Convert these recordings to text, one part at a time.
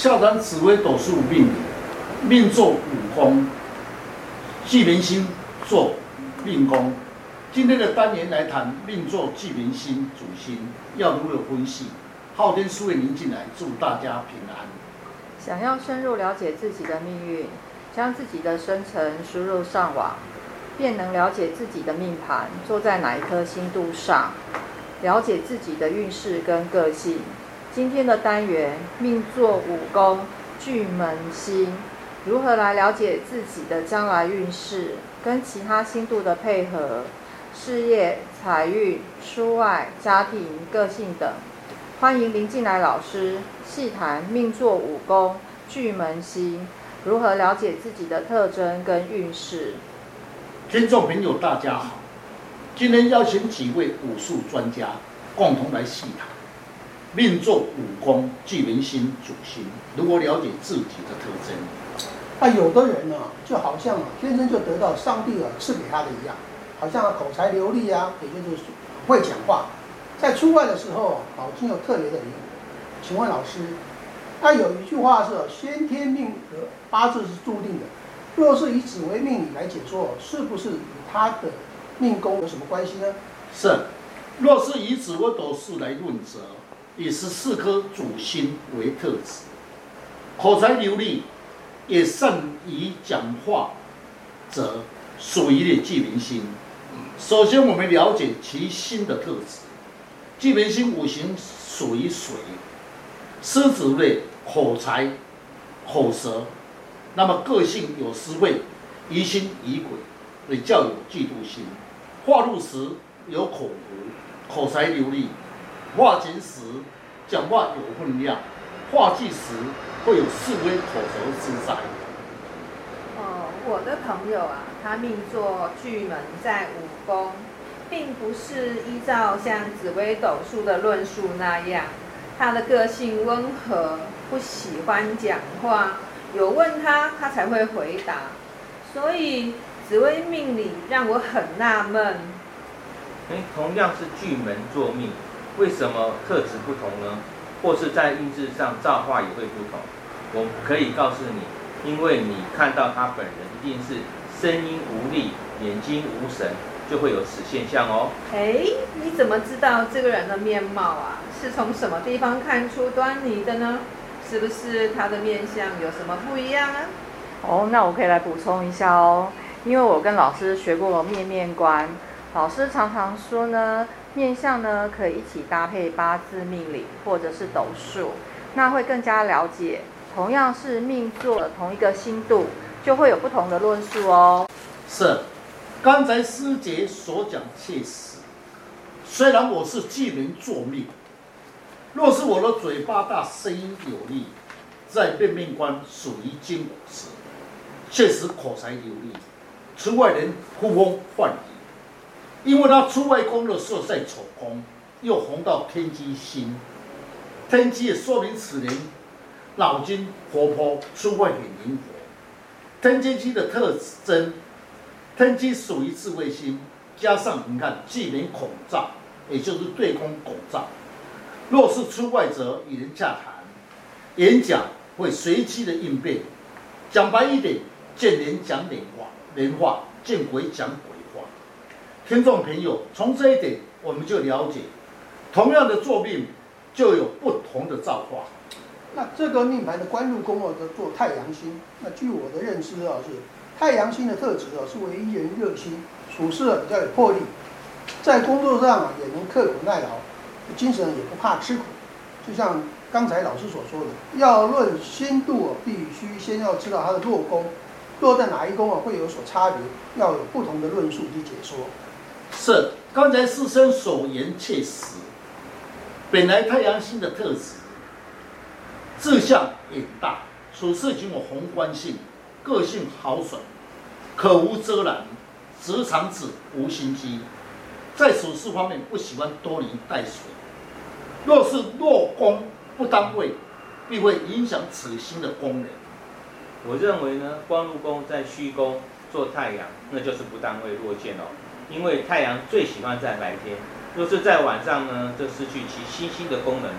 下单紫微斗数命理，命坐午宫，巨明星做命宫。今天的单元来谈命坐巨明星主星要如何分析。昊天书院您进来，祝大家平安。 想要深入了解自己的命运，将自己的生辰输入上网，便能了解自己的命盘坐在哪一颗星度上，了解自己的运势跟个性。今天的单元命坐午宫巨门星，如何来了解自己的将来运势跟其他星度的配合，事业、财运、出外、家庭、个性等。欢迎林进来老师细谈命坐午宫巨门星，如何了解自己的特征跟运势。 听众朋友大家好，今天邀请几位武术专家共同来细谈命坐午宫巨门星主星，如何了解自己的特征。 有的人呢，就好像天生就得到上帝赐给他的一样，好像口才流利啊，也就是会讲话，在出外的时候脑筋有特别的灵。请问老师，有一句话是先天命格八字是注定的，若是以紫微命理来解说，是不是与他的命宫有什么关系呢？ 是，若是以紫微斗数来论则，以14颗主星为特质，口才流利，也善于讲话者，属于巨门星。首先，我们了解其星的特质。巨门星五行属于水，狮子类，口才、口舌，那么个性有时会疑心疑鬼，也较有嫉妒心。话入时有口福，口才流利，话紧时讲话有分量，话忌时会有是非口舌之灾。 我的朋友他命坐巨门在午宫，并不是依照像紫微斗数的论述那样，他的个性温和，不喜欢讲话，有问他才会回答。所以紫微命理让我很纳闷。 同样是巨门坐命，为什么特质不同呢？或是在运势上造化也会不同？我可以告诉你，因为你看到他本人一定是声音无力，眼睛无神，就会有此现象哦。 你怎么知道这个人的面貌是从什么地方看出端倪的呢？是不是他的面相有什么不一样啊？那我可以来补充一下哦。因为我跟老师学过面面观，老师常常说呢，面相呢可以一起搭配八字命理或者是斗数，那会更加了解。同样是命坐同一个星度，就会有不同的论述哦。 是，刚才师姐所讲切实。虽然我是巨门坐命，若是我的嘴巴大，声音有力，在面面观属于金骨时，确实口才流利，出外人呼风唤雨。因为他出外宫的时候在丑宫，又红到天机星，天机也说明此人脑筋活泼，出外很灵活。天机的特征，天机属于智慧星，加上你看巨门孔照，也就是对宫拱照。若是出外则与人洽谈、演讲会随机的应变。讲白一点，见人讲人话，见鬼讲鬼话。听众朋友，从这一点我们就了解，同样的坐命就有不同的造化。 那这个命盘的官禄宫叫做太阳星。那据我的认知是太阳星的特质是为一人热心，处事比较有魄力，在工作上也能刻苦耐劳，精神也不怕吃苦。就像刚才老师所说的，要论星度必须先要知道它的落宫，落在哪一宫会有所差别，要有不同的论述及解说。 是，刚才师生所言切实。本来太阳星的特质，志向远大，处事情有宏观性，个性豪爽，口无遮拦，直肠子无心机。在处事方面不喜欢拖泥带水。若是落宫不当位，必会影响此星的功能。 我认为呢，官禄宫在虚宫做太阳，那就是不当位落剑哦。因为太阳最喜欢在白天，若是在晚上呢，就失去其星星的功能了。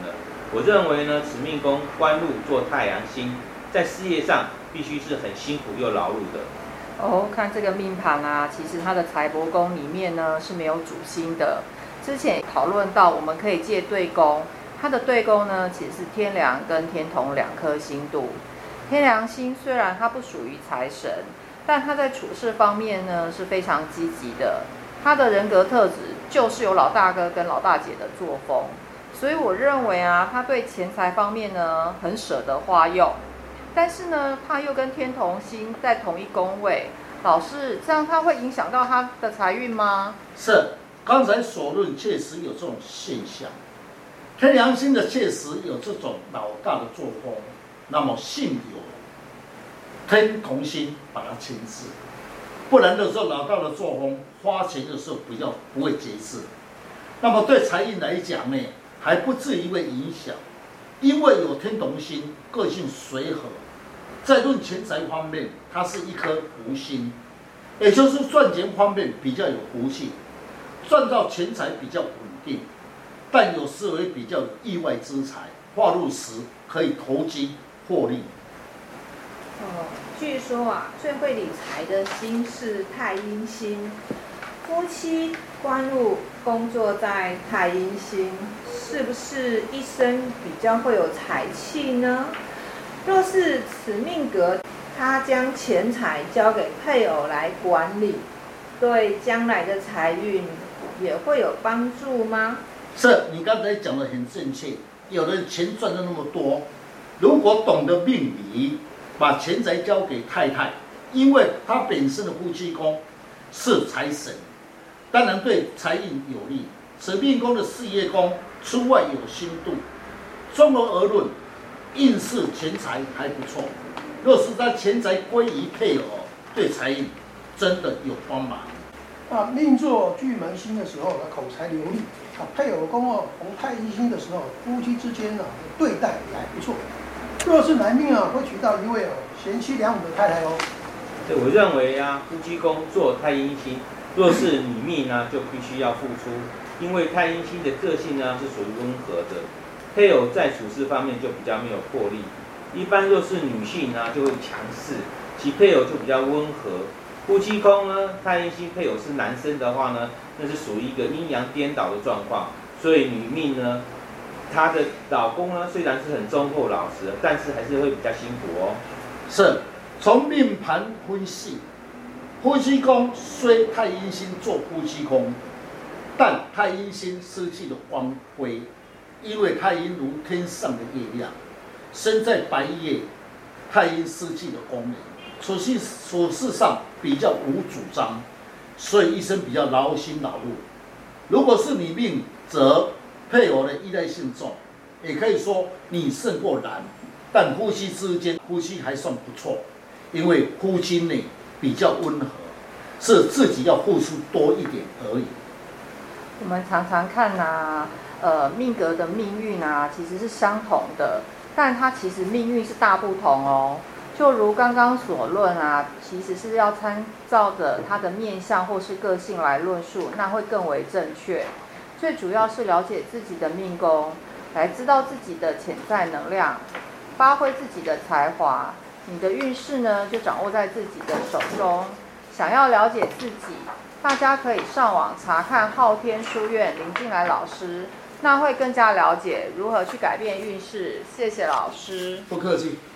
我认为呢，此命宫官禄做太阳星，在事业上必须是很辛苦又劳碌的。 看这个命盘啊，其实它的财帛宫里面呢是没有主星的。之前讨论到，我们可以借对宫，它的对宫呢其实是天梁跟天同2颗星度。天梁星虽然它不属于财神，但它在处事方面呢是非常积极的。他的人格特质就是有老大哥跟老大姐的作风，所以我认为啊，他对钱财方面呢很舍得花用。但是呢，他又跟天同星在同一宫位，老师，这样他会影响到他的财运吗？ 是，刚才所论确实有这种现象。天梁星的确实有这种老大的作风，那么幸有天同星把它牵制，不然的时候老大的作风，花钱的时候比较不会节制。那么对财运来讲呢，还不至于会影响，因为有天同星，个性随和。在论钱财方面，它是一颗福星，也就是赚钱方面比较有福气，赚到钱财比较稳定，但有时会比较有意外之财，化入时可以投机获利。 据说啊，最会理财的星是太阴星，夫妻官禄工作在太阴星，是不是一生比较会有财气呢？若是此命格，他将钱财交给配偶来管理，对将来的财运也会有帮助吗？ 是，你刚才讲的很正确。有人钱赚的那么多，如果懂得命理，把钱财交给太太，因为他本身的夫妻宫是财神，当然对财运有利。此命宫的事业宫出外有星度，综合而论，运势钱财还不错。若是他钱财归于配偶，对财运真的有帮忙。 命坐巨门星的时候呢，口才流利。配偶宫逢太阴星的时候，夫妻之间对待也还不错。若是男命会娶到一位贤妻良母的太太哦。 对，我认为啊，夫妻宫做太阴星，若是女命呢，就必须要付出，因为太阴星的个性呢是属于温和的，配偶在处事方面就比较没有魄力。一般若是女性呢，就会强势，其配偶就比较温和。夫妻宫呢，太阴星配偶是男生的话呢，那是属于一个阴阳颠倒的状况，所以女命呢，她的老公呢虽然是很忠厚老实，但是还是会比较辛苦哦。 是，从命盘分析，夫妻宫虽太阴星做夫妻宫，但太阴星失去了光辉，因为太阴如天上的月亮，身在白夜，太阴失去了功能，处事上比较无主张，所以一生比较劳心劳碌。如果是女命，则配偶的依赖性重，也可以说你胜过男，但夫妻之间，夫妻还算不错，因为夫妻呢比较温和，是自己要付出多一点而已。 我们常常看命格的命运其实是相同的，但它其实命运是大不同哦。就如刚刚所论其实是要参照着他的面相或是个性来论述，那会更为正确。最主要是了解自己的命宫，来知道自己的潜在能量，发挥自己的才华。你的运势呢，就掌握在自己的手中。想要了解自己，大家可以上网查看昊天书院林进来老师，那会更加了解如何去改变运势。谢谢老师。 不客气。